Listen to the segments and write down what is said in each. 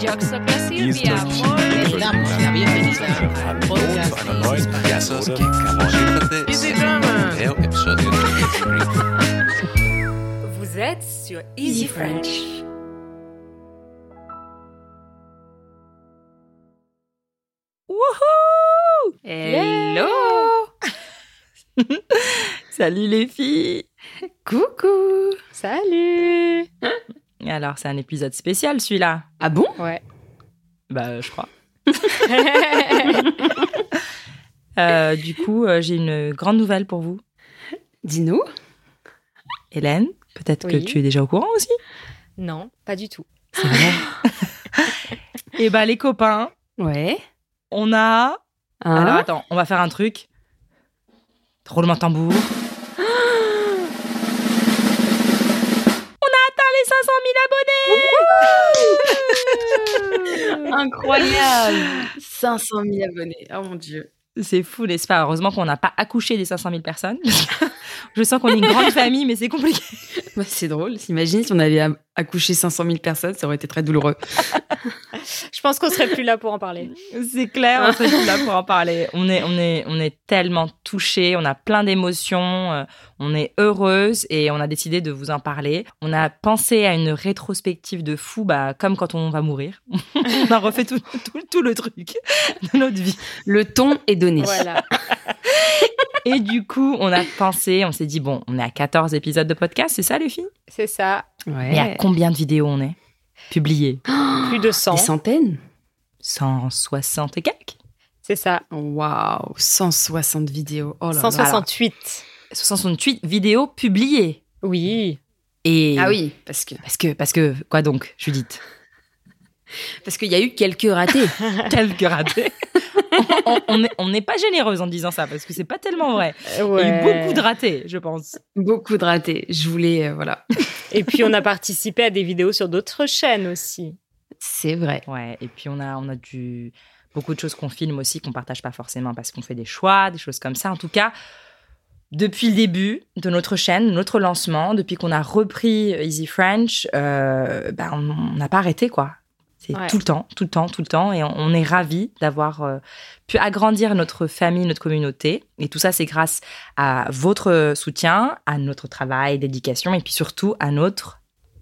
Yo soy Silvia. Le damos la bienvenida al podcast Easy German. Vous êtes sur Easy French. Wouhou! Hello. Salut les filles! Coucou. Salut. Alors, c'est un épisode spécial celui-là. Ah bon? Ouais. Bah, je crois. Du coup, j'ai une grande nouvelle pour vous. Dis-nous. Hélène, peut-être que Oui. tu es déjà au courant aussi? Non, pas du tout. C'est vrai. Et bah, les copains, Ouais. on a... Hein? Alors, attends, on va faire un truc. Roulement de tambour. Les 500 000 abonnés! Incroyable. 500 000 abonnés. Oh mon Dieu. C'est fou, n'est-ce pas? Heureusement qu'on n'a pas accouché des 500 000 personnes. Je sens qu'on est une grande famille, mais c'est compliqué. Bah, c'est drôle. T'imagines si on avait accouché 500 000 personnes, ça aurait été très douloureux. Je pense qu'on serait plus là pour en parler. C'est clair, on serait plus là pour en parler. On est tellement touchés, on a plein d'émotions, on est heureuse et on a décidé de vous en parler. On a pensé à une rétrospective de fou, bah, comme quand on va mourir. On a refait tout le truc de notre vie. Le ton est donné. Voilà. Et du coup, on s'est dit, bon, on est à 14 épisodes de podcast, c'est ça les filles? C'est ça. Ouais. Et à combien de vidéos on est publiées? Plus de 100. Des centaines? 160 et quelques? C'est ça. Waouh, 160 vidéos. Oh là là. 168. 68 vidéos publiées. Oui. Et Ah oui, parce Parce que, quoi donc, Judith? qu'il y a eu quelques ratés. Quelques ratés. On n'est pas généreuse en disant ça, parce que c'est pas tellement vrai. Ouais. Il y a eu beaucoup de ratés, je pense. Beaucoup de ratés. Je voulais, voilà. Et puis, on a participé à des vidéos sur d'autres chaînes aussi. C'est vrai. Ouais, et puis on a beaucoup de choses qu'on filme aussi, qu'on partage pas forcément parce qu'on fait des choix, des choses comme ça. En tout cas, depuis le début de notre chaîne, notre lancement, depuis qu'on a repris Easy French, on n'a pas arrêté, quoi. C'est Ouais. tout le temps. Et on est ravis d'avoir pu agrandir notre famille, notre communauté. Et tout ça, c'est grâce à votre soutien, à notre travail, dédication, et puis surtout à notre...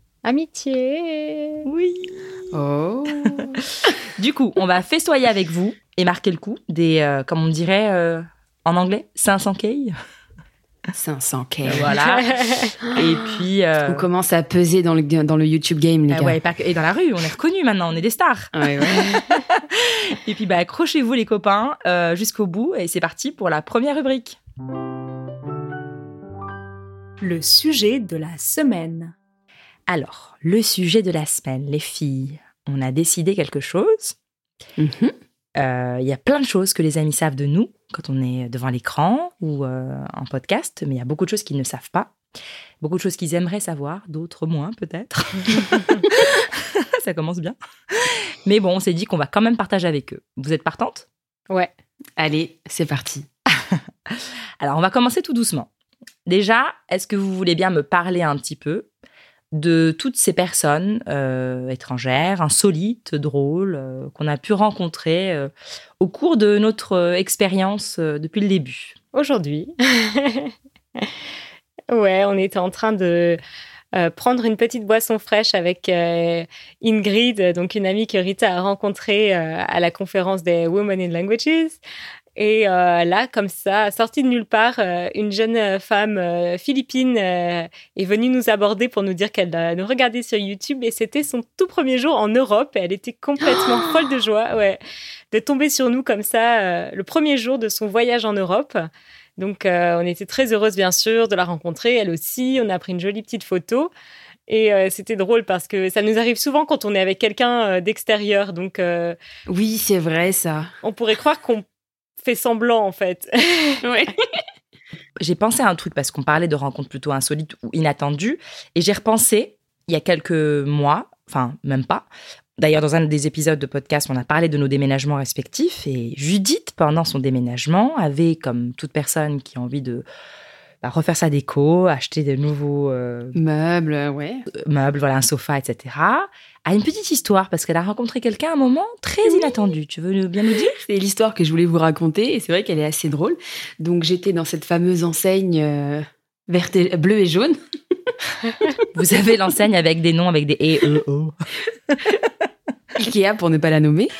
Amitié. Oui. Oh. Du coup, on va festoyer avec vous et marquer le coup des, comme on dirait en anglais, 500K. 500K. Voilà. Et puis... On commence à peser dans le YouTube game, les gars. ouais, et dans la rue, on est reconnus maintenant, on est des stars. Ouais. Et puis, accrochez-vous les copains jusqu'au bout et c'est parti pour la première rubrique. Le sujet de la semaine. Alors, le sujet de la semaine, les filles, on a décidé quelque chose. Mhm. Il y a plein de choses que les amis savent de nous quand on est devant l'écran ou en podcast, mais il y a beaucoup de choses qu'ils ne savent pas. Beaucoup de choses qu'ils aimeraient savoir, d'autres moins peut-être. Ça commence bien. Mais bon, on s'est dit qu'on va quand même partager avec eux. Vous êtes partantes ? Ouais. Allez, c'est parti. Alors, on va commencer tout doucement. Déjà, est-ce que vous voulez bien me parler un petit peu de toutes ces personnes étrangères, insolites, drôles, qu'on a pu rencontrer au cours de notre expérience depuis le début. Aujourd'hui. Ouais, on était en train de prendre une petite boisson fraîche avec Ingrid, donc une amie que Rita a rencontrée à la conférence des Women in Languages. Et là, comme ça, sortie de nulle part, une jeune femme philippine est venue nous aborder pour nous dire qu'elle nous regardait sur YouTube et c'était son tout premier jour en Europe et elle était complètement folle de joie, ouais, de tomber sur nous comme ça le premier jour de son voyage en Europe. Donc, on était très heureuse, bien sûr, de la rencontrer, elle aussi. On a pris une jolie petite photo. Et c'était drôle parce que ça nous arrive souvent quand on est avec quelqu'un d'extérieur. Donc, Oui, c'est vrai, ça. on pourrait croire qu'on fait semblant, en fait. Ouais. J'ai pensé à un truc parce qu'on parlait de rencontres plutôt insolites ou inattendues et j'ai repensé il y a quelques mois, enfin même pas. D'ailleurs, dans un des épisodes de podcast, on a parlé de nos déménagements respectifs et Judith, pendant son déménagement, avait, comme toute personne qui a envie de refaire sa déco, acheter de nouveaux Meubles, ouais. meubles, voilà, un sofa, etc. A une petite histoire parce qu'elle a rencontré quelqu'un à un moment très inattendu. Tu veux bien nous dire? C'est l'histoire que je voulais vous raconter et c'est vrai qu'elle est assez drôle. Donc j'étais dans cette fameuse enseigne verte bleue et jaune. Vous avez l'enseigne avec des noms, avec des E, E, O. Ikea pour ne pas la nommer.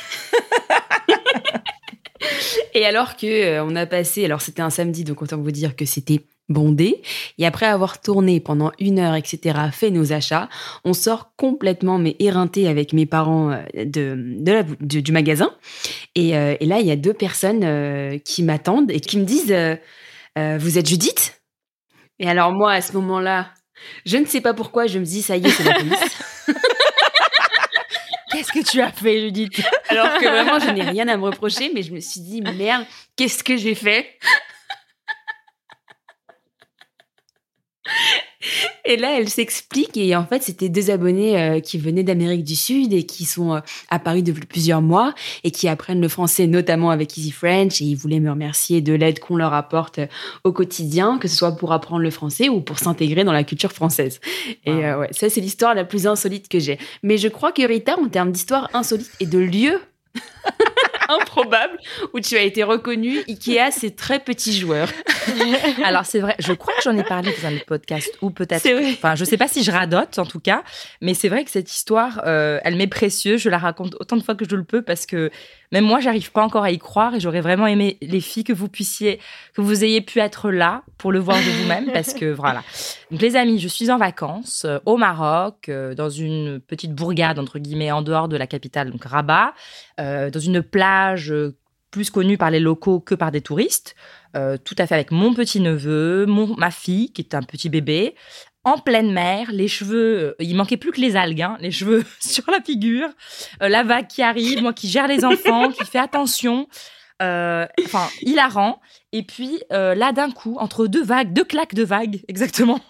Et alors que on a passé, alors c'était un samedi, donc autant vous dire que c'était bondé. Et après avoir tourné pendant 1 heure, etc., fait nos achats, on sort complètement mais éreinté avec mes parents du magasin. Et là, il y a 2 personnes qui m'attendent et qui me disent vous êtes Judith? Et alors moi, à ce moment-là, je ne sais pas pourquoi, je me dis ça y est, c'est la police. Qu'est-ce que tu as fait, Judith? Alors que vraiment, je n'ai rien à me reprocher, mais je me suis dit merde, qu'est-ce que j'ai fait? Et là, elle s'explique et en fait, c'était 2 abonnés qui venaient d'Amérique du Sud et qui sont à Paris depuis plusieurs mois et qui apprennent le français notamment avec Easy French et ils voulaient me remercier de l'aide qu'on leur apporte au quotidien, que ce soit pour apprendre le français ou pour s'intégrer dans la culture française. Et ouais, ça, c'est l'histoire la plus insolite que j'ai. Mais je crois que Rita, en termes d'histoire insolite et de lieu improbable où tu as été reconnue, Ikea, c'est très petit joueur. Alors, c'est vrai, je crois que j'en ai parlé dans un autre podcast, ou peut-être, C'est vrai. enfin, je sais pas si je radote, en tout cas, mais c'est vrai que cette histoire, elle m'est précieuse, je la raconte autant de fois que je le peux, parce que même moi, j'arrive pas encore à y croire, et j'aurais vraiment aimé, les filles, que vous ayez pu être là, pour le voir de vous-même, parce que, voilà. Donc, les amis, je suis en vacances, au Maroc, dans une petite bourgade, entre guillemets, en dehors de la capitale, donc Rabat, dans une plage plus connue par les locaux que par des touristes, tout à fait avec mon petit-neveu, ma fille, qui est un petit bébé, en pleine mer, les cheveux, il manquait plus que les algues, hein, les cheveux sur la figure, la vague qui arrive, moi qui gère les enfants, qui fait attention, enfin, hilarant. Et puis, là, d'un coup, entre 2 claques de vagues, exactement,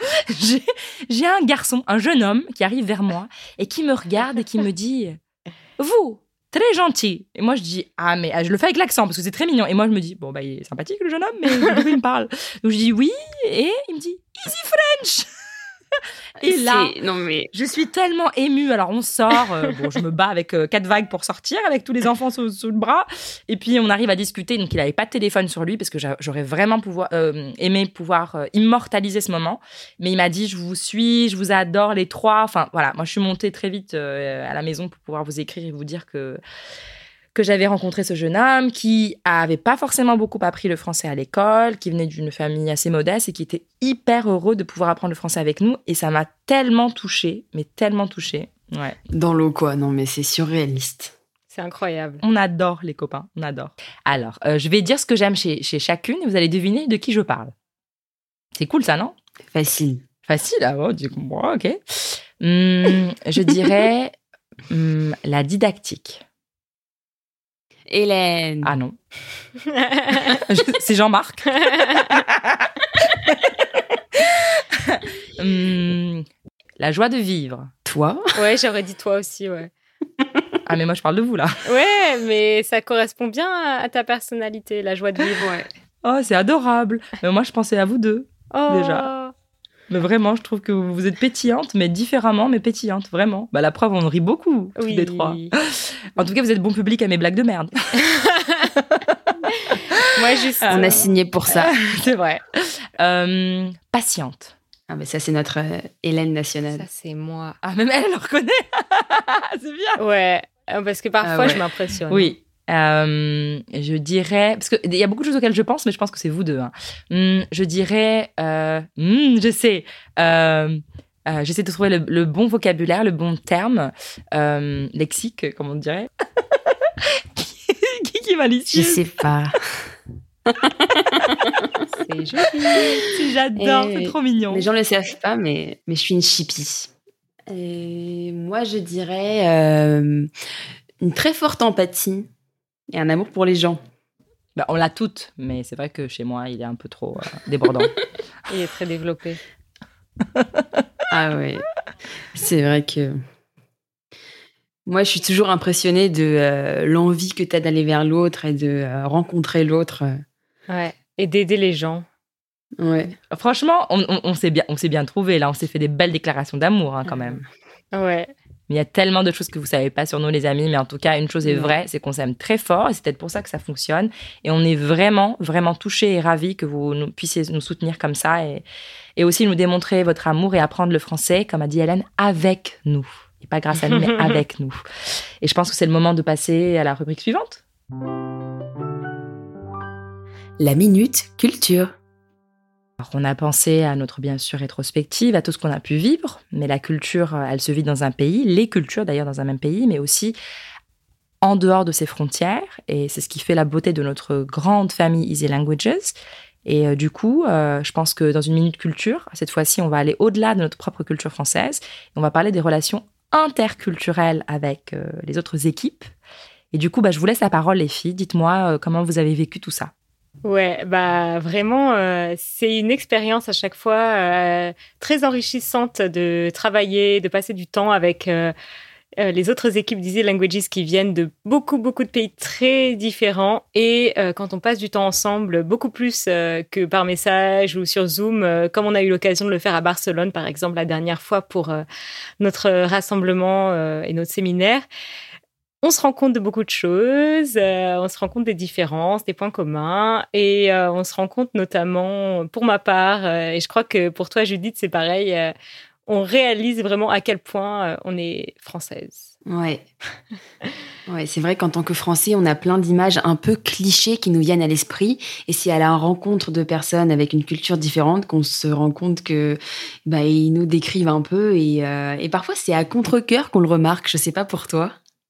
j'ai un garçon, un jeune homme qui arrive vers moi et qui me regarde et qui me dit « Vous !» Très gentil. Et moi, je dis, mais je le fais avec l'accent parce que c'est très mignon. Et moi, je me dis, bon, bah, il est sympathique, le jeune homme, mais de quoi il me parle? Donc, je dis oui. Et il me dit, Easy French. Et là, Non, mais... je suis tellement émue. Alors, on sort. Bon, je me bats avec 4 vagues pour sortir, avec tous les enfants sous le bras. Et puis, on arrive à discuter. Donc, il n'avait pas de téléphone sur lui parce que j'aurais vraiment aimé pouvoir immortaliser ce moment. Mais il m'a dit, je vous suis, je vous adore les 3. Enfin, voilà. Moi, je suis montée très vite à la maison pour pouvoir vous écrire et vous dire que j'avais rencontré ce jeune homme qui avait pas forcément beaucoup appris le français à l'école, qui venait d'une famille assez modeste et qui était hyper heureux de pouvoir apprendre le français avec nous. Et ça m'a tellement touchée, mais tellement touchée. Ouais. Dans l'eau, quoi. Non, mais c'est surréaliste. C'est incroyable. On adore les copains, on adore. Alors, je vais dire ce que j'aime chez chacune et vous allez deviner de qui je parle. C'est cool ça, non? Facile. Facile, ah bon, du coup, moi, ok. Je dirais la didactique. Hélène. Ah non. C'est Jean-Marc. La joie de vivre. Toi? Ouais, j'aurais dit toi aussi, ouais. Ah, mais moi, je parle de vous, là. Ouais, mais ça correspond bien à ta personnalité, la joie de vivre, ouais. Oh, c'est adorable. Mais moi, je pensais à vous 2, déjà. Mais vraiment, je trouve que vous êtes pétillantes, mais différemment, mais pétillantes, vraiment. Bah, la preuve, on rit beaucoup, tous les 3. En tout cas, vous êtes bon public à mes blagues de merde. Moi, juste... On a signé pour ça. C'est vrai. Patiente. Ah, mais ça, c'est notre Hélène nationale. Ça, c'est moi. Ah, même elle le reconnaît. C'est bien. Ouais, parce que parfois, je m'impressionne. Oui. Je dirais... Parce qu'il y a beaucoup de choses auxquelles je pense, mais je pense que c'est vous 2. Hein. Je dirais... je sais. J'essaie de trouver le bon vocabulaire, le bon terme. Lexique, comme on dirait. qui est malicieux? Je sais pas. C'est joli. J'adore, c'est trop mignon. Les gens ne le savent pas, mais je suis une chippie. Et moi, je dirais une très forte empathie et un amour pour les gens. Bah, on l'a toutes, mais c'est vrai que chez moi, il est un peu trop débordant. Il est très développé. Ah ouais, c'est vrai que... Moi, je suis toujours impressionnée de l'envie que tu as d'aller vers l'autre et de rencontrer l'autre. Ouais, et d'aider les gens. Ouais. Franchement, on s'est bien trouvé là. On s'est fait des belles déclarations d'amour quand même. Ouais. Mais il y a tellement de choses que vous savez pas sur nous, les amis. Mais en tout cas, une chose est vraie, c'est qu'on s'aime très fort. Et c'est peut-être pour ça que ça fonctionne. Et on est vraiment, vraiment touchés et ravis que vous puissiez nous soutenir comme ça. Et aussi nous démontrer votre amour et apprendre le français, comme a dit Hélène, avec nous. Et pas grâce à nous, mais avec nous. Et je pense que c'est le moment de passer à la rubrique suivante. La minute culture. Alors, on a pensé à notre, bien sûr, rétrospective, à tout ce qu'on a pu vivre, mais la culture, elle se vit dans un pays, les cultures d'ailleurs dans un même pays, mais aussi en dehors de ses frontières, et c'est ce qui fait la beauté de notre grande famille Easy Languages. Et du coup, je pense que dans une minute culture, cette fois-ci, on va aller au-delà de notre propre culture française, et on va parler des relations interculturelles avec les autres équipes. Et du coup, je vous laisse la parole, les filles. Dites-moi comment vous avez vécu tout ça. Ouais, vraiment, c'est une expérience à chaque fois très enrichissante de travailler, de passer du temps avec les autres équipes d'Easy Languages qui viennent de beaucoup, beaucoup de pays très différents. Et quand on passe du temps ensemble, beaucoup plus que par message ou sur Zoom, comme on a eu l'occasion de le faire à Barcelone, par exemple, la dernière fois pour notre rassemblement et notre séminaire. On se rend compte de beaucoup de choses, on se rend compte des différences, des points communs, et on se rend compte notamment, pour ma part, et je crois que pour toi, Judith, c'est pareil, on réalise vraiment à quel point on est française. Ouais. Ouais, c'est vrai qu'en tant que Français, on a plein d'images un peu clichés qui nous viennent à l'esprit, et c'est à la rencontre de personnes avec une culture différente qu'on se rend compte que ils nous décrivent un peu, et parfois c'est à contre-cœur qu'on le remarque. Je sais pas pour toi.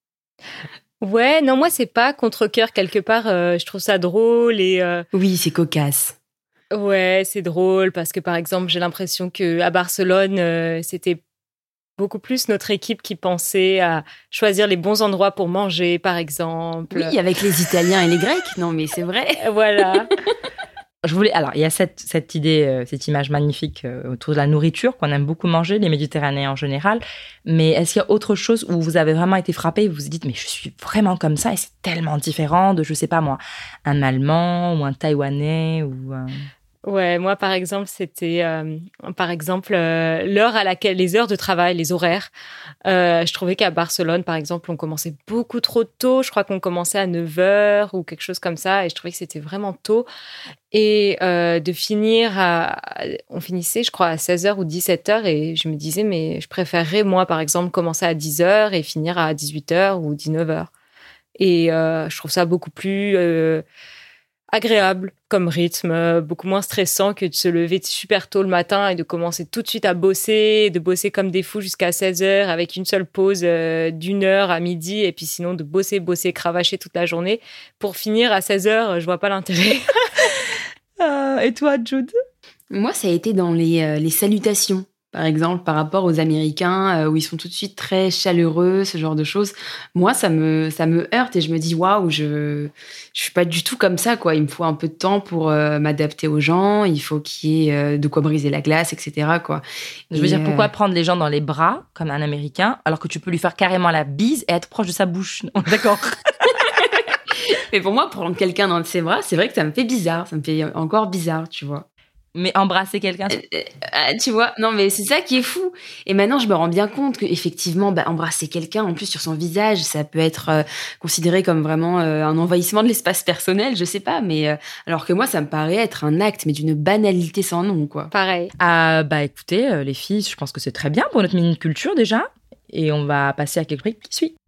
Ouais, non, moi, c'est pas contre-cœur quelque part. Je trouve ça drôle et... Oui, c'est cocasse. Ouais, c'est drôle parce que, par exemple, j'ai l'impression qu'à Barcelone, c'était beaucoup plus notre équipe qui pensait à choisir les bons endroits pour manger, par exemple. Oui, avec les Italiens et les Grecs. Non, mais c'est vrai. Voilà. Alors, il y a cette idée, cette image magnifique autour de la nourriture qu'on aime beaucoup manger, les Méditerranéens en général. Mais est-ce qu'il y a autre chose où vous avez vraiment été frappé et vous vous dites, mais je suis vraiment comme ça et c'est tellement différent de, je sais pas moi, un Allemand ou un Taïwanais ou... Ouais, moi, par exemple, c'était, l'heure à laquelle, les heures de travail, les horaires. Je trouvais qu'à Barcelone, par exemple, on commençait beaucoup trop tôt. Je crois qu'on commençait à 9h ou quelque chose comme ça. Et je trouvais que c'était vraiment tôt. Et de finir on finissait, je crois, à 16h ou 17h. Et je me disais, mais je préférerais, moi, par exemple, commencer à 10h et finir à 18h ou 19h. Et je trouve ça beaucoup plus... agréable comme rythme, beaucoup moins stressant que de se lever super tôt le matin et de commencer tout de suite à bosser, de bosser comme des fous jusqu'à 16h avec une seule pause d'1 heure à midi et puis sinon de bosser, cravacher toute la journée pour finir à 16h, je vois pas l'intérêt. Et toi, Jude? Moi, ça a été dans les salutations. Par exemple, par rapport aux Américains, où ils sont tout de suite très chaleureux, ce genre de choses. Moi, ça me heurte et je me dis, waouh, je suis pas du tout comme ça, quoi. Il me faut un peu de temps pour m'adapter aux gens. Il faut qu'il y ait de quoi briser la glace, etc., quoi. Je veux dire, pourquoi prendre les gens dans les bras, comme un Américain, alors que tu peux lui faire carrément la bise et être proche de sa bouche? D'accord. Mais pour moi, prendre quelqu'un dans ses bras, c'est vrai que ça me fait bizarre. Ça me fait encore bizarre, tu vois. Mais embrasser quelqu'un, tu vois, non, mais c'est ça qui est fou. Et maintenant, je me rends bien compte qu'effectivement, embrasser quelqu'un, en plus sur son visage, ça peut être considéré comme vraiment un envahissement de l'espace personnel, je sais pas. Mais alors que moi, ça me paraît être un acte, mais d'une banalité sans nom, quoi. Pareil. Écoutez, les filles, je pense que c'est très bien pour notre minute culture déjà. Et on va passer à quelque chose qui suit.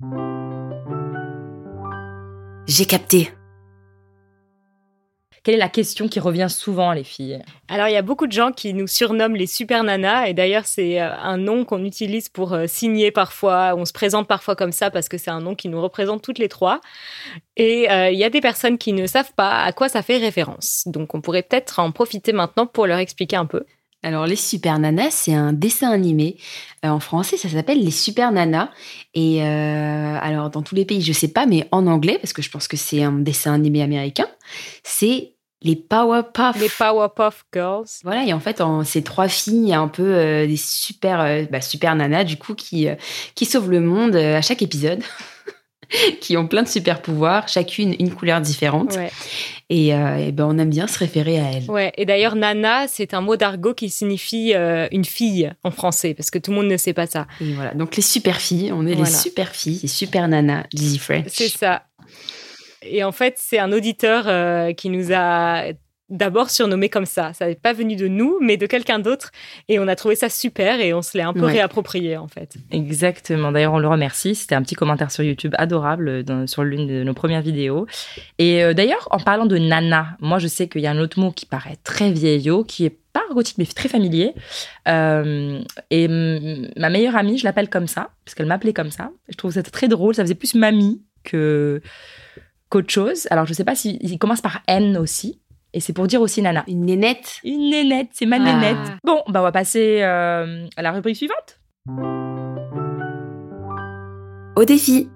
J'ai capté. Quelle est la question qui revient souvent, les filles? Alors, il y a beaucoup de gens qui nous surnomment les super nanas. Et d'ailleurs, c'est un nom qu'on utilise pour signer parfois. On se présente parfois comme ça parce que c'est un nom qui nous représente toutes les trois. Et il y a des personnes qui ne savent pas à quoi ça fait référence. Donc, on pourrait peut-être en profiter maintenant pour leur expliquer un peu. Alors, les Super Nanas, c'est un dessin animé. En français, ça s'appelle les Super Nanas. Et alors, dans tous les pays, je sais pas, mais en anglais, parce que je pense que c'est un dessin animé américain, c'est les Powerpuff. Les Powerpuff Girls. Voilà, et en fait, c'est 3 filles un peu des super nanas, du coup, qui sauvent le monde à chaque épisode. qui ont plein de super pouvoirs, chacune une couleur différente. Ouais. Et ben, on aime bien se référer à elles. Ouais. Et d'ailleurs, Nana, c'est un mot d'argot qui signifie une fille en français, parce que tout le monde ne sait pas ça. Et voilà, donc les super filles, on est les super filles, les super nanas d'Easy French. C'est ça. Et en fait, c'est un auditeur qui nous a d'abord surnommé comme ça. Ça n'est pas venu de nous, mais de quelqu'un d'autre. Et on a trouvé ça super et on se l'est un peu réapproprié, en fait. Exactement. D'ailleurs, on le remercie. C'était un petit commentaire sur YouTube adorable sur l'une de nos premières vidéos. Et d'ailleurs, en parlant de nana, moi, je sais qu'il y a un autre mot qui paraît très vieillot, qui est pas argotique, mais très familier. Et ma meilleure amie, je l'appelle comme ça, parce qu'elle m'appelait comme ça. Je trouve ça très drôle. Ça faisait plus mamie qu'autre chose. Alors, je sais pas s'il commence par N aussi. Et c'est pour dire aussi nana. Une nénette. Une nénette, c'est ma nénette. Bon, bah on va passer à la rubrique suivante. Au défi.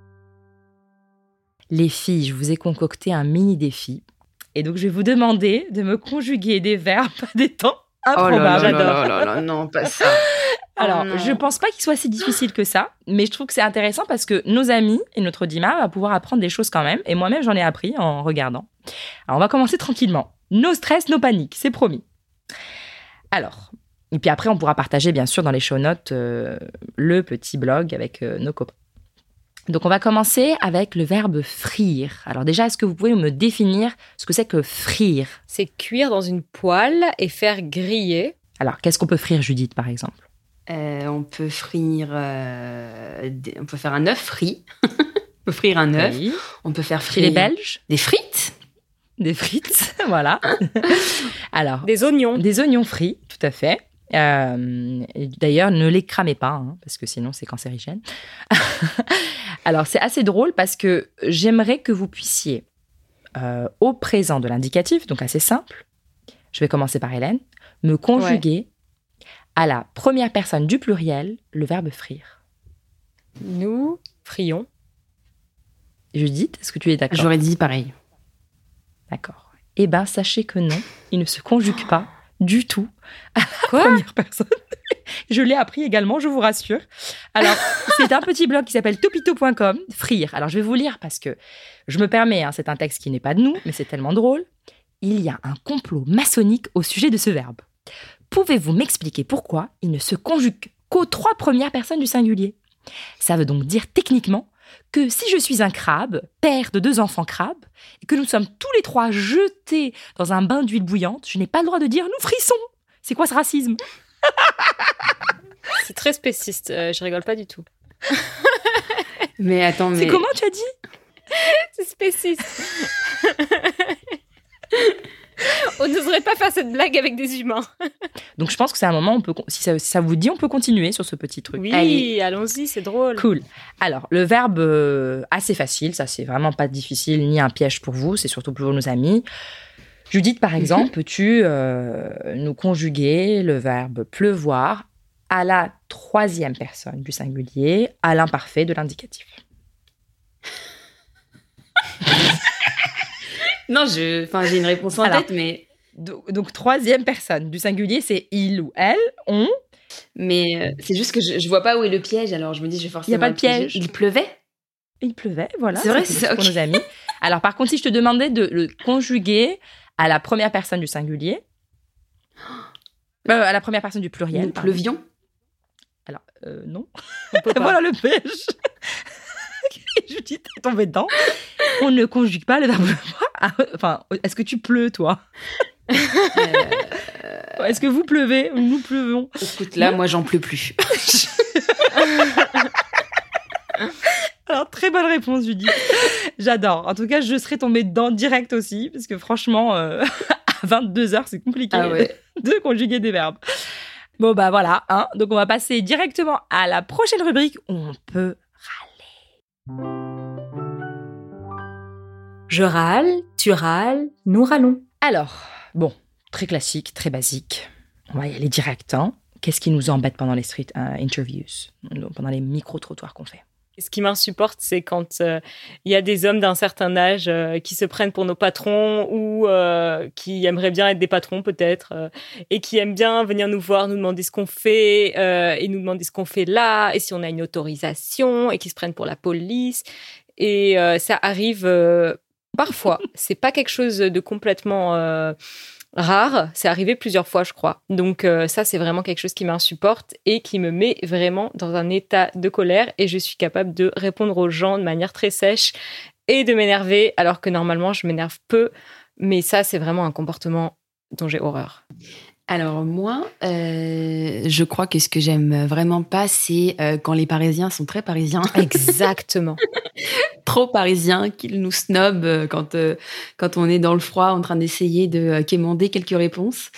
Les filles, je vous ai concocté un mini défi. Et donc, je vais vous demander de me conjuguer des verbes à des temps improbables. J'adore. Oh là là, non, pas ça. Alors, je pense pas qu'il soit si difficile que ça, mais je trouve que c'est intéressant parce que nos amis et notre Dima va pouvoir apprendre des choses quand même. Et moi-même, j'en ai appris en regardant. Alors, on va commencer tranquillement. No stress, no panique, c'est promis. Alors, et puis après, on pourra partager, bien sûr, dans les show notes, le petit blog avec nos copains. Donc, on va commencer avec le verbe frire. Alors déjà, est-ce que vous pouvez me définir ce que c'est que frire ? C'est cuire dans une poêle et faire griller. Alors, qu'est-ce qu'on peut frire, Judith, par exemple ? On peut frire... on peut faire un œuf frit. On peut frire un œuf. Oui. On peut faire Chez frire... les Belges ? Des frites. Des frites, voilà. Alors, des oignons frits, tout à fait. Et d'ailleurs, ne les cramez pas, hein, parce que sinon, c'est cancérigène. Alors, c'est assez drôle parce que j'aimerais que vous puissiez, au présent de l'indicatif, donc assez simple, je vais commencer par Hélène, me conjuguer à la première personne du pluriel le verbe frire. Nous frions. Judith, est-ce que tu es d'accord ? J'aurais dit pareil. D'accord. Eh bien, sachez que non, il ne se conjugue pas du tout à la première personne. Je l'ai appris également, je vous rassure. Alors, c'est un petit blog qui s'appelle topito.com, frire. Alors, je vais vous lire parce que je me permets, hein, c'est un texte qui n'est pas de nous, mais c'est tellement drôle. Il y a un complot maçonnique au sujet de ce verbe. Pouvez-vous m'expliquer pourquoi il ne se conjugue qu'aux 3 premières personnes du singulier ? Ça veut donc dire techniquement que si je suis un crabe, père de 2 enfants crabes, et que nous sommes tous les 3 jetés dans un bain d'huile bouillante, je n'ai pas le droit de dire « nous frissons ». C'est quoi ce racisme ? C'est très spéciste, je rigole pas du tout. Mais attends, mais... C'est comment tu as dit ? C'est spéciste. On n'oserait pas faire cette blague avec des humains. Donc je pense que c'est un moment, si ça vous dit, on peut continuer sur ce petit truc. Oui, allons-y, c'est drôle. Cool. Alors, le verbe assez facile, ça c'est vraiment pas difficile, ni un piège pour vous, c'est surtout pour nos amis. Judith, par exemple, peux-tu nous conjuguer le verbe pleuvoir à la 3e personne du singulier, à l'imparfait de l'indicatif ? Non, j'ai une réponse en tête, mais... Donc, 3e personne du singulier, c'est il ou elle, on. Mais c'est juste que je vois pas où est le piège, alors je me dis, je vais forcément... Il n'y a pas de piège. Il pleuvait ? Il pleuvait, voilà. C'est vrai, c'est ça, pour nos amis. Alors, par contre, si je te demandais de le conjuguer à la première personne du singulier, à la première personne du pluriel. Nous pleuvions ? Alors, non. On peut pas. Voilà le piège. Judith est tombée dedans. On ne conjugue pas le verbe pleuvoir. Enfin, est-ce que tu pleuves, toi ? Est-ce que vous pleuvez ou nous pleuvons ? Écoute, là, moi, j'en pleure plus. Alors, très bonne réponse, Judith. J'adore. En tout cas, je serais tombée dedans direct aussi, parce que franchement, à 22h, c'est compliqué de conjuguer des verbes. Bon, bah voilà. Hein. Donc, on va passer directement à la prochaine rubrique où on peut râler. Je râle, tu râles, nous râlons. Alors, bon, très classique, très basique. On va y aller direct. Hein. Qu'est-ce qui nous embête pendant les street interviews, pendant les micro-trottoirs qu'on fait ? Ce qui m'insupporte, c'est quand il y a des hommes d'un certain âge qui se prennent pour nos patrons ou qui aimeraient bien être des patrons peut-être et qui aiment bien venir nous voir, nous demander ce qu'on fait et nous demander ce qu'on fait là et si on a une autorisation et qui se prennent pour la police. Et ça arrive parfois. C'est pas quelque chose de complètement rare, c'est arrivé plusieurs fois, je crois. Donc ça, c'est vraiment quelque chose qui m'insupporte et qui me met vraiment dans un état de colère et je suis capable de répondre aux gens de manière très sèche et de m'énerver alors que normalement, je m'énerve peu. Mais ça, c'est vraiment un comportement dont j'ai horreur. Alors moi, je crois que ce que j'aime vraiment pas, c'est quand les Parisiens sont très parisiens. Exactement. Trop parisiens, qu'ils nous snobent quand on est dans le froid en train d'essayer de quémander quelques réponses.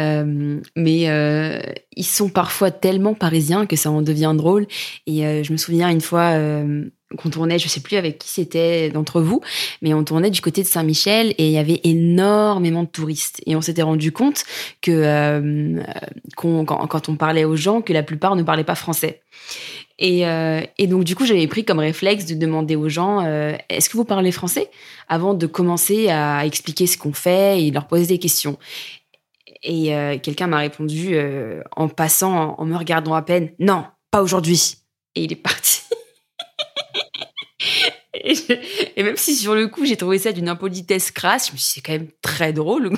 Mais ils sont parfois tellement parisiens que ça en devient drôle. Et je me souviens une fois qu'on tournait, je sais plus avec qui c'était d'entre vous, mais on tournait du côté de Saint-Michel et il y avait énormément de touristes. Et on s'était rendu compte que quand on parlait aux gens, que la plupart ne parlaient pas français. Et donc, du coup, j'avais pris comme réflexe de demander aux gens est-ce que vous parlez français avant de commencer à expliquer ce qu'on fait et leur poser des questions. Et quelqu'un m'a répondu en passant, en me regardant à peine non, pas aujourd'hui. Et il est parti. Et même si sur le coup, j'ai trouvé ça d'une impolitesse crasse, je me suis dit, c'est quand même très drôle.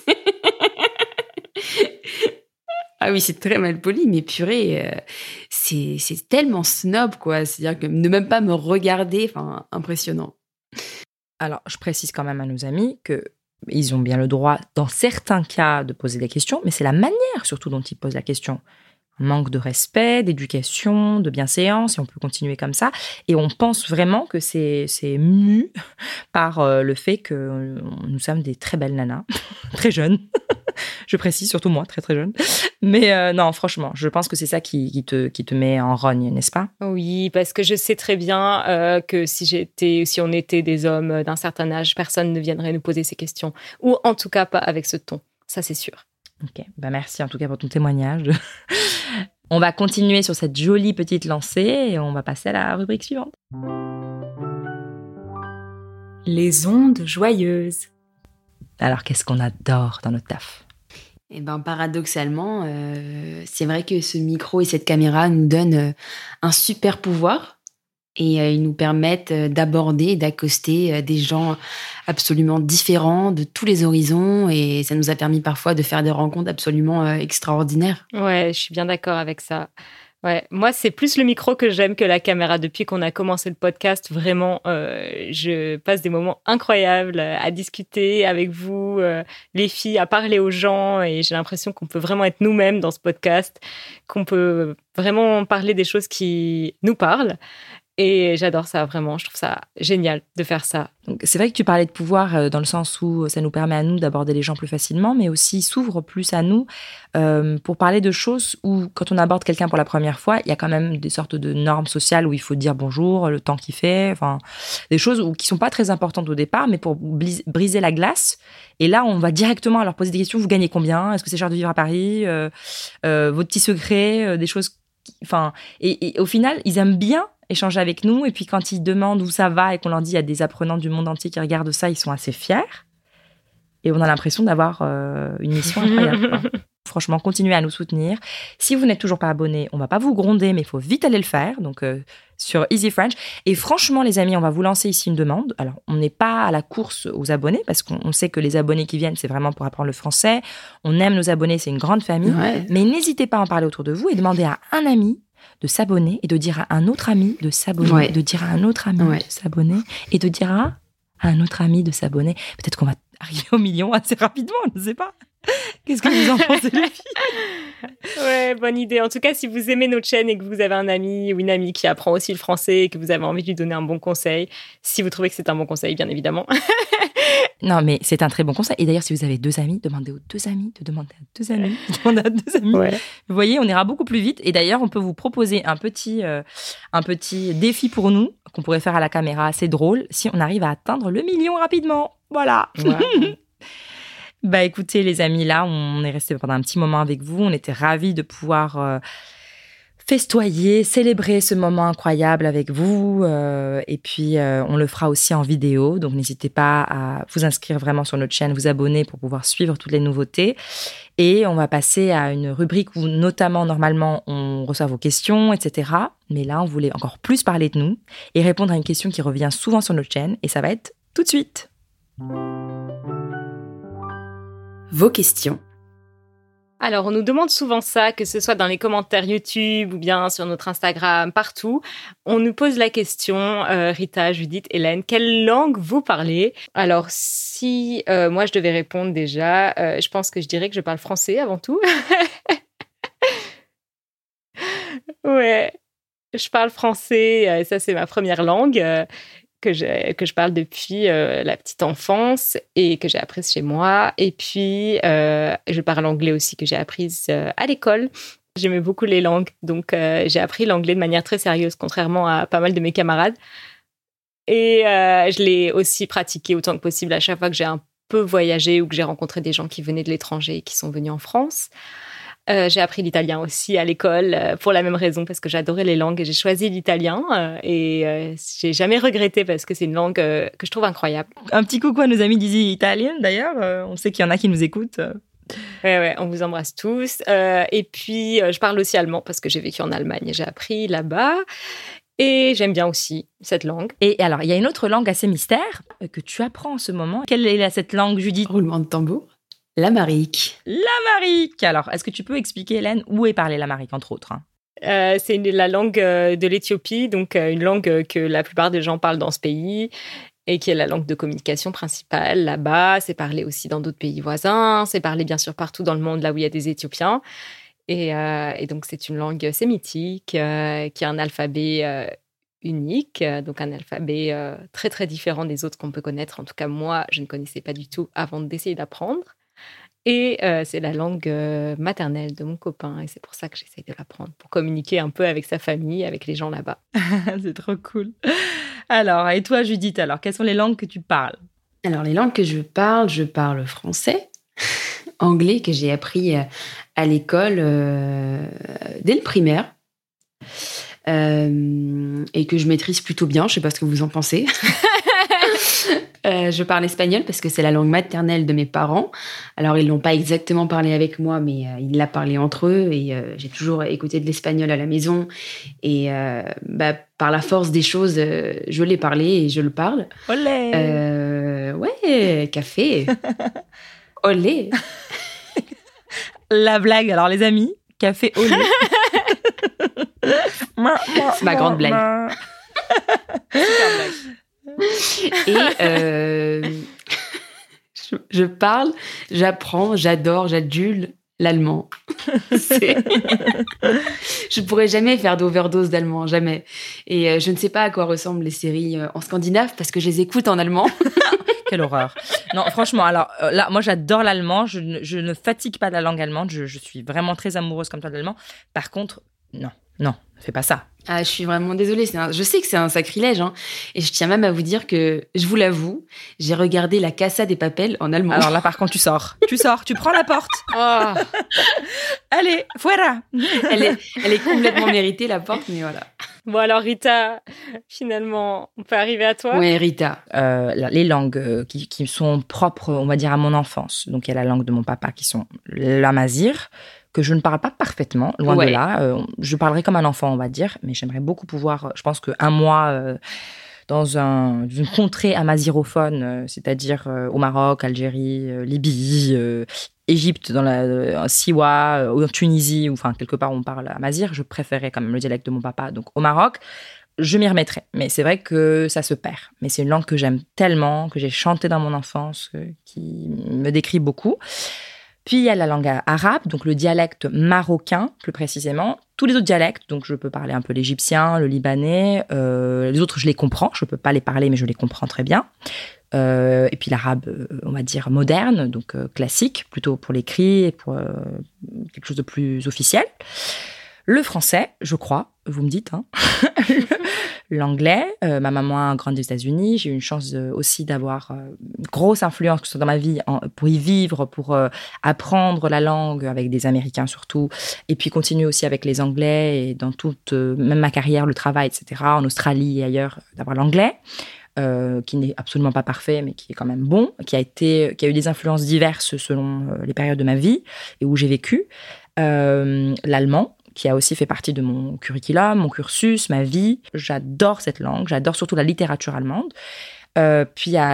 Ah oui, c'est très mal poli, mais purée, c'est tellement snob, quoi. C'est-à-dire que ne même pas me regarder, enfin, impressionnant. Alors, je précise quand même à nos amis qu'ils ont bien le droit, dans certains cas, de poser des questions, mais c'est la manière surtout dont ils posent la question. Manque de respect, d'éducation, de bienséance, et on peut continuer comme ça. Et on pense vraiment que c'est mu par le fait que nous sommes des très belles nanas, très jeunes. Je précise, surtout moi, très très jeune. Mais non, franchement, je pense que c'est ça qui te met en rogne, n'est-ce pas? Oui, parce que je sais très bien que si on était des hommes d'un certain âge, personne ne viendrait nous poser ces questions. Ou en tout cas, pas avec ce ton. Ça, c'est sûr. Ok, bah merci en tout cas pour ton témoignage. On va continuer sur cette jolie petite lancée et on va passer à la rubrique suivante. Les ondes joyeuses. Alors, qu'est-ce qu'on adore dans notre taf? Eh ben, paradoxalement, c'est vrai que ce micro et cette caméra nous donnent un super pouvoir et ils nous permettent d'aborder et d'accoster des gens absolument différents de tous les horizons et ça nous a permis parfois de faire des rencontres absolument extraordinaires. Ouais, je suis bien d'accord avec ça. Ouais, moi, c'est plus le micro que j'aime que la caméra. Depuis qu'on a commencé le podcast, vraiment, je passe des moments incroyables à discuter avec vous, les filles, à parler aux gens. Et j'ai l'impression qu'on peut vraiment être nous-mêmes dans ce podcast, qu'on peut vraiment parler des choses qui nous parlent. Et j'adore ça, vraiment. Je trouve ça génial de faire ça. Donc, c'est vrai que tu parlais de pouvoir dans le sens où ça nous permet à nous d'aborder les gens plus facilement, mais aussi s'ouvre plus à nous pour parler de choses où, quand on aborde quelqu'un pour la première fois, il y a quand même des sortes de normes sociales où il faut dire bonjour, le temps qu'il fait, enfin, des choses qui sont pas très importantes au départ, mais pour briser la glace. Et là, on va directement leur poser des questions. Vous gagnez combien? Est-ce que c'est cher de vivre à Paris? Vos petits secrets, des choses... Enfin, et au final, ils aiment bien échanger avec nous. Et puis, quand ils demandent où ça va et qu'on leur dit il y a des apprenants du monde entier qui regardent ça, ils sont assez fiers. Et on a l'impression d'avoir une mission incroyable, quoi. Franchement, continuez à nous soutenir. Si vous n'êtes toujours pas abonné, on va pas vous gronder, mais il faut vite aller le faire. Donc, sur Easy French. Et franchement, les amis, on va vous lancer ici une demande. Alors, on n'est pas à la course aux abonnés parce qu'on sait que les abonnés qui viennent, c'est vraiment pour apprendre le français. On aime nos abonnés, c'est une grande famille. Ouais. Mais n'hésitez pas à en parler autour de vous et demandez à un ami de s'abonner et de dire à un autre ami de s'abonner, Ouais. de dire à un autre ami Ouais. de s'abonner et de dire à un autre ami de s'abonner. Peut-être qu'on va arriver au million assez rapidement, je ne sais pas. Qu'est-ce que vous en pensez, les filles? Ouais, bonne idée. En tout cas, si vous aimez notre chaîne et que vous avez un ami ou une amie qui apprend aussi le français et que vous avez envie de lui donner un bon conseil, si vous trouvez que c'est un bon conseil, bien évidemment. Non, mais c'est un très bon conseil. Et d'ailleurs, si vous avez 2 amis, demandez aux 2 amis de demander à 2 amis, de demander à 2 amis. Ouais. Vous voyez, on ira beaucoup plus vite. Et d'ailleurs, on peut vous proposer un petit défi pour nous qu'on pourrait faire à la caméra, assez drôle, si on arrive à atteindre le million rapidement. Voilà. Ouais. Bah écoutez les amis, là on est resté pendant un petit moment avec vous, on était ravis de pouvoir festoyer, célébrer ce moment incroyable avec vous. Et puis, on le fera aussi en vidéo. Donc, n'hésitez pas à vous inscrire vraiment sur notre chaîne, vous abonner pour pouvoir suivre toutes les nouveautés. Et on va passer à une rubrique où, notamment, normalement, on reçoit vos questions, etc. Mais là, on voulait encore plus parler de nous et répondre à une question qui revient souvent sur notre chaîne. Et ça va être tout de suite. Vos questions. Alors, on nous demande souvent ça, que ce soit dans les commentaires YouTube ou bien sur notre Instagram, partout. On nous pose la question, Rita, Judith, Hélène, quelle langue vous parlez ? Alors, si moi je devais répondre déjà, je pense que je dirais que je parle français avant tout. Ouais, je parle français, ça c'est ma première langue. Que je parle depuis la petite enfance et que j'ai apprise chez moi. Et puis, je parle anglais aussi, que j'ai apprise à l'école. J'aimais beaucoup les langues, donc j'ai appris l'anglais de manière très sérieuse, contrairement à pas mal de mes camarades. Et je l'ai aussi pratiqué autant que possible à chaque fois que j'ai un peu voyagé ou que j'ai rencontré des gens qui venaient de l'étranger et qui sont venus en France. J'ai appris l'italien aussi à l'école pour la même raison, parce que j'adorais les langues et j'ai choisi l'italien et j'ai jamais regretté parce que c'est une langue que je trouve incroyable. Un petit coucou à nos amis d'Easy Italian d'ailleurs. On sait qu'il y en a qui nous écoutent. Ouais, on vous embrasse tous. Et puis, je parle aussi allemand parce que j'ai vécu en Allemagne et j'ai appris là-bas. Et j'aime bien aussi cette langue. Et alors, il y a une autre langue assez mystère que tu apprends en ce moment. Quelle est cette langue, Judith ? Roulement de tambour. L'amharique. L'amharique. Alors, est-ce que tu peux expliquer, Hélène, où est parlée l'amharique, entre autres ? C'est la langue de l'Éthiopie, donc une langue que la plupart des gens parlent dans ce pays et qui est la langue de communication principale là-bas. C'est parlé aussi dans d'autres pays voisins. C'est parlé bien sûr partout dans le monde, là où il y a des Éthiopiens. Et donc, c'est une langue sémitique qui a un alphabet unique, donc un alphabet très, très différent des autres qu'on peut connaître. En tout cas, moi, je ne connaissais pas du tout avant d'essayer d'apprendre. Et c'est la langue maternelle de mon copain. Et c'est pour ça que j'essaye de l'apprendre, pour communiquer un peu avec sa famille, avec les gens là-bas. C'est trop cool. Alors, et toi, Judith, alors, quelles sont les langues que tu parles ? Alors, les langues que je parle français, anglais, que j'ai appris à l'école dès le primaire. Et que je maîtrise plutôt bien. Je ne sais pas ce que vous en pensez. Je parle espagnol parce que c'est la langue maternelle de mes parents. Alors, ils ne l'ont pas exactement parlé avec moi, mais ils l'ont parlé entre eux. Et j'ai toujours écouté de l'espagnol à la maison. Et par la force des choses, je l'ai parlé et je le parle. Olé Ouais, café. Olé. La blague, alors les amis, café olé. C'est ma grande blague. Super blague. Et je parle, j'apprends, j'adore, j'adule l'allemand. Je pourrais jamais faire d'overdose d'allemand, jamais. Et je ne sais pas à quoi ressemblent les séries en scandinave parce que je les écoute en allemand. Quelle horreur. Non, franchement, alors là, moi, j'adore l'allemand. Je ne fatigue pas de la langue allemande. Je suis vraiment très amoureuse comme toi de l'allemand. Par contre, non, ne fais pas ça. Ah, je suis vraiment désolée. Je sais que c'est un sacrilège. Hein, et je tiens même à vous dire que, je vous l'avoue, j'ai regardé La Casa de Papel en allemand. Alors là, par contre, tu sors, tu prends la porte. Oh. Allez, fuera. Elle est complètement méritée, la porte, mais voilà. Bon, alors Rita, finalement, on peut arriver à toi ? Ouais, Rita. Les langues qui sont propres, on va dire, à mon enfance. Donc, il y a la langue de mon papa qui sont l'amazigh, que je ne parle pas parfaitement, loin de là. Je parlerai comme un enfant, on va dire, mais j'aimerais beaucoup pouvoir, je pense qu'un mois dans une contrée amazirophone, c'est-à-dire au Maroc, Algérie, Libye, Égypte, dans Siwa, en Tunisie, ou enfin quelque part où on parle amazigh, je préférais quand même le dialecte de mon papa. Donc au Maroc, je m'y remettrai. Mais c'est vrai que ça se perd. Mais c'est une langue que j'aime tellement, que j'ai chantée dans mon enfance, qui me décrit beaucoup. Puis, il y a la langue arabe, donc le dialecte marocain, plus précisément. Tous les autres dialectes, donc je peux parler un peu l'égyptien, le libanais. Les autres, je les comprends. Je ne peux pas les parler, mais je les comprends très bien. Et puis l'arabe, on va dire moderne, donc classique, plutôt pour l'écrit et pour quelque chose de plus officiel. Le français, je crois, vous me dites, hein. l'anglais. Ma maman a grandi aux États-Unis. J'ai eu une chance aussi d'avoir une grosse influence, que ce soit dans ma vie, pour y vivre, pour apprendre la langue avec des Américains surtout, et puis continuer aussi avec les Anglais et dans toute, même ma carrière, le travail, etc., en Australie et ailleurs, d'avoir l'anglais. Qui n'est absolument pas parfait, mais qui est quand même bon, qui a eu des influences diverses selon les périodes de ma vie et où j'ai vécu. L'allemand, qui a aussi fait partie de mon curriculum, mon cursus, ma vie. J'adore cette langue, j'adore surtout la littérature allemande. Puis il y a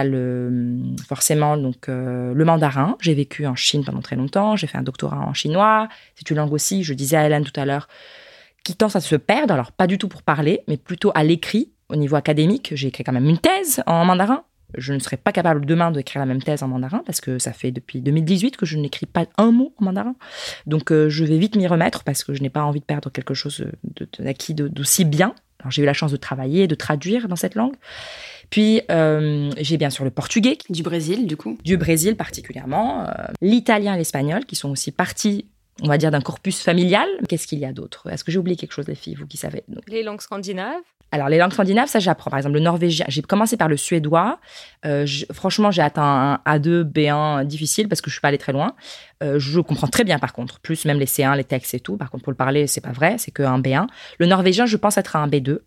forcément le mandarin. J'ai vécu en Chine pendant très longtemps, j'ai fait un doctorat en chinois. C'est une langue aussi, je disais à Hélène tout à l'heure, qui tend à se perdre, alors pas du tout pour parler, mais plutôt à l'écrit. Au niveau académique, j'ai écrit quand même une thèse en mandarin. Je ne serais pas capable demain d'écrire la même thèse en mandarin parce que ça fait depuis 2018 que je n'écris pas un mot en mandarin. Donc, je vais vite m'y remettre parce que je n'ai pas envie de perdre quelque chose d'acquis d'aussi bien. Alors, j'ai eu la chance de travailler, de traduire dans cette langue. Puis, j'ai bien sûr le portugais. Du Brésil, du coup. Du Brésil particulièrement. L'italien et l'espagnol qui sont aussi partis, on va dire, d'un corpus familial. Qu'est-ce qu'il y a d'autre ? Est-ce que j'ai oublié quelque chose, les filles, vous qui savez ? Les langues scandinaves. Alors, les langues scandinaves, ça, j'apprends. Par exemple, le norvégien. J'ai commencé par le suédois. Franchement, j'ai atteint un A2, B1 difficile parce que je suis pas allée très loin. Je comprends très bien, par contre. Plus même les C1, les textes et tout. Par contre, pour le parler, c'est pas vrai. C'est qu'un B1. Le norvégien, je pense être à un B2.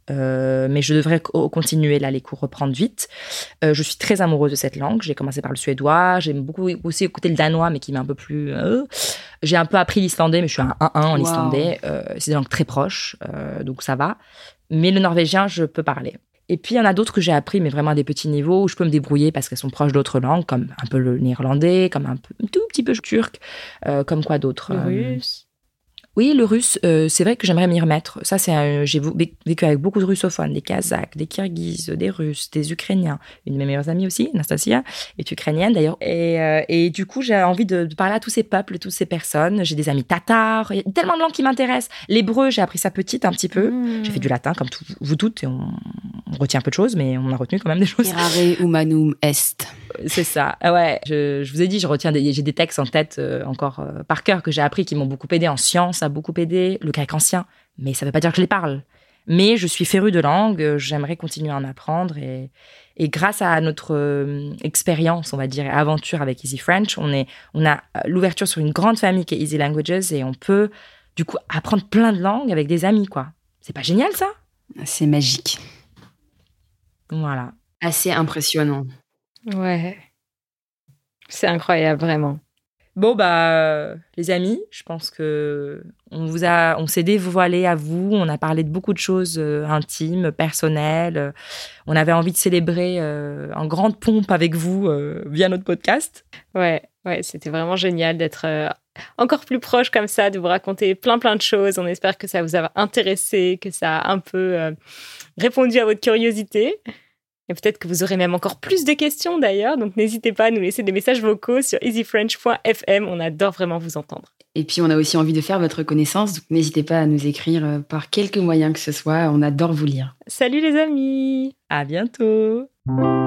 Mais je devrais continuer là les cours, reprendre vite. Je suis très amoureuse de cette langue. J'ai commencé par le suédois. J'aime beaucoup aussi écouter le danois, mais qui m'est un peu plus. J'ai un peu appris l'islandais, mais je suis à un 1 en islandais. C'est des langues très proches, donc ça va. Mais le norvégien, je peux parler. Et puis, il y en a d'autres que j'ai appris, mais vraiment à des petits niveaux, où je peux me débrouiller parce qu'elles sont proches d'autres langues, comme un peu le néerlandais, comme un tout petit peu turc, comme quoi d'autre. Le russe. Oui, le russe, c'est vrai que j'aimerais m'y remettre. Ça, j'ai vécu avec beaucoup de russophones, des Kazakhs, des Kirghizes, des Russes, des Ukrainiens. Une de mes meilleures amies aussi, Anastasia, est ukrainienne d'ailleurs. Et du coup, j'ai envie de parler à tous ces peuples, toutes ces personnes. J'ai des amis tatars. Il y a tellement de langues qui m'intéressent. L'hébreu, j'ai appris ça petite un petit peu. J'ai fait du latin, comme vous toutes, et on retient peu de choses, mais on a retenu quand même des choses. Errare humanum est. C'est ça. Ouais, je vous ai dit, j'ai des textes en tête encore par cœur que j'ai appris qui m'ont beaucoup aidé en sciences, a beaucoup aidé, le grec ancien, mais ça ne veut pas dire que je les parle. Mais je suis férue de langue, j'aimerais continuer à en apprendre et grâce à notre expérience, on va dire, aventure avec Easy French, on a l'ouverture sur une grande famille qui est Easy Languages et on peut du coup apprendre plein de langues avec des amis, quoi. C'est pas génial ça ? C'est magique. Voilà. Assez impressionnant. Ouais. C'est incroyable, vraiment. Bon, les amis, je pense que on s'est dévoilé à vous. On a parlé de beaucoup de choses intimes, personnelles. On avait envie de célébrer en grande pompe avec vous via notre podcast. Ouais, c'était vraiment génial d'être encore plus proche comme ça, de vous raconter plein de choses. On espère que ça vous a intéressé, que ça a un peu répondu à votre curiosité. Et peut-être que vous aurez même encore plus de questions d'ailleurs. Donc n'hésitez pas à nous laisser des messages vocaux sur easyfrench.fm. On adore vraiment vous entendre. Et puis on a aussi envie de faire votre connaissance. Donc n'hésitez pas à nous écrire par quelque moyen que ce soit. On adore vous lire. Salut les amis! À bientôt!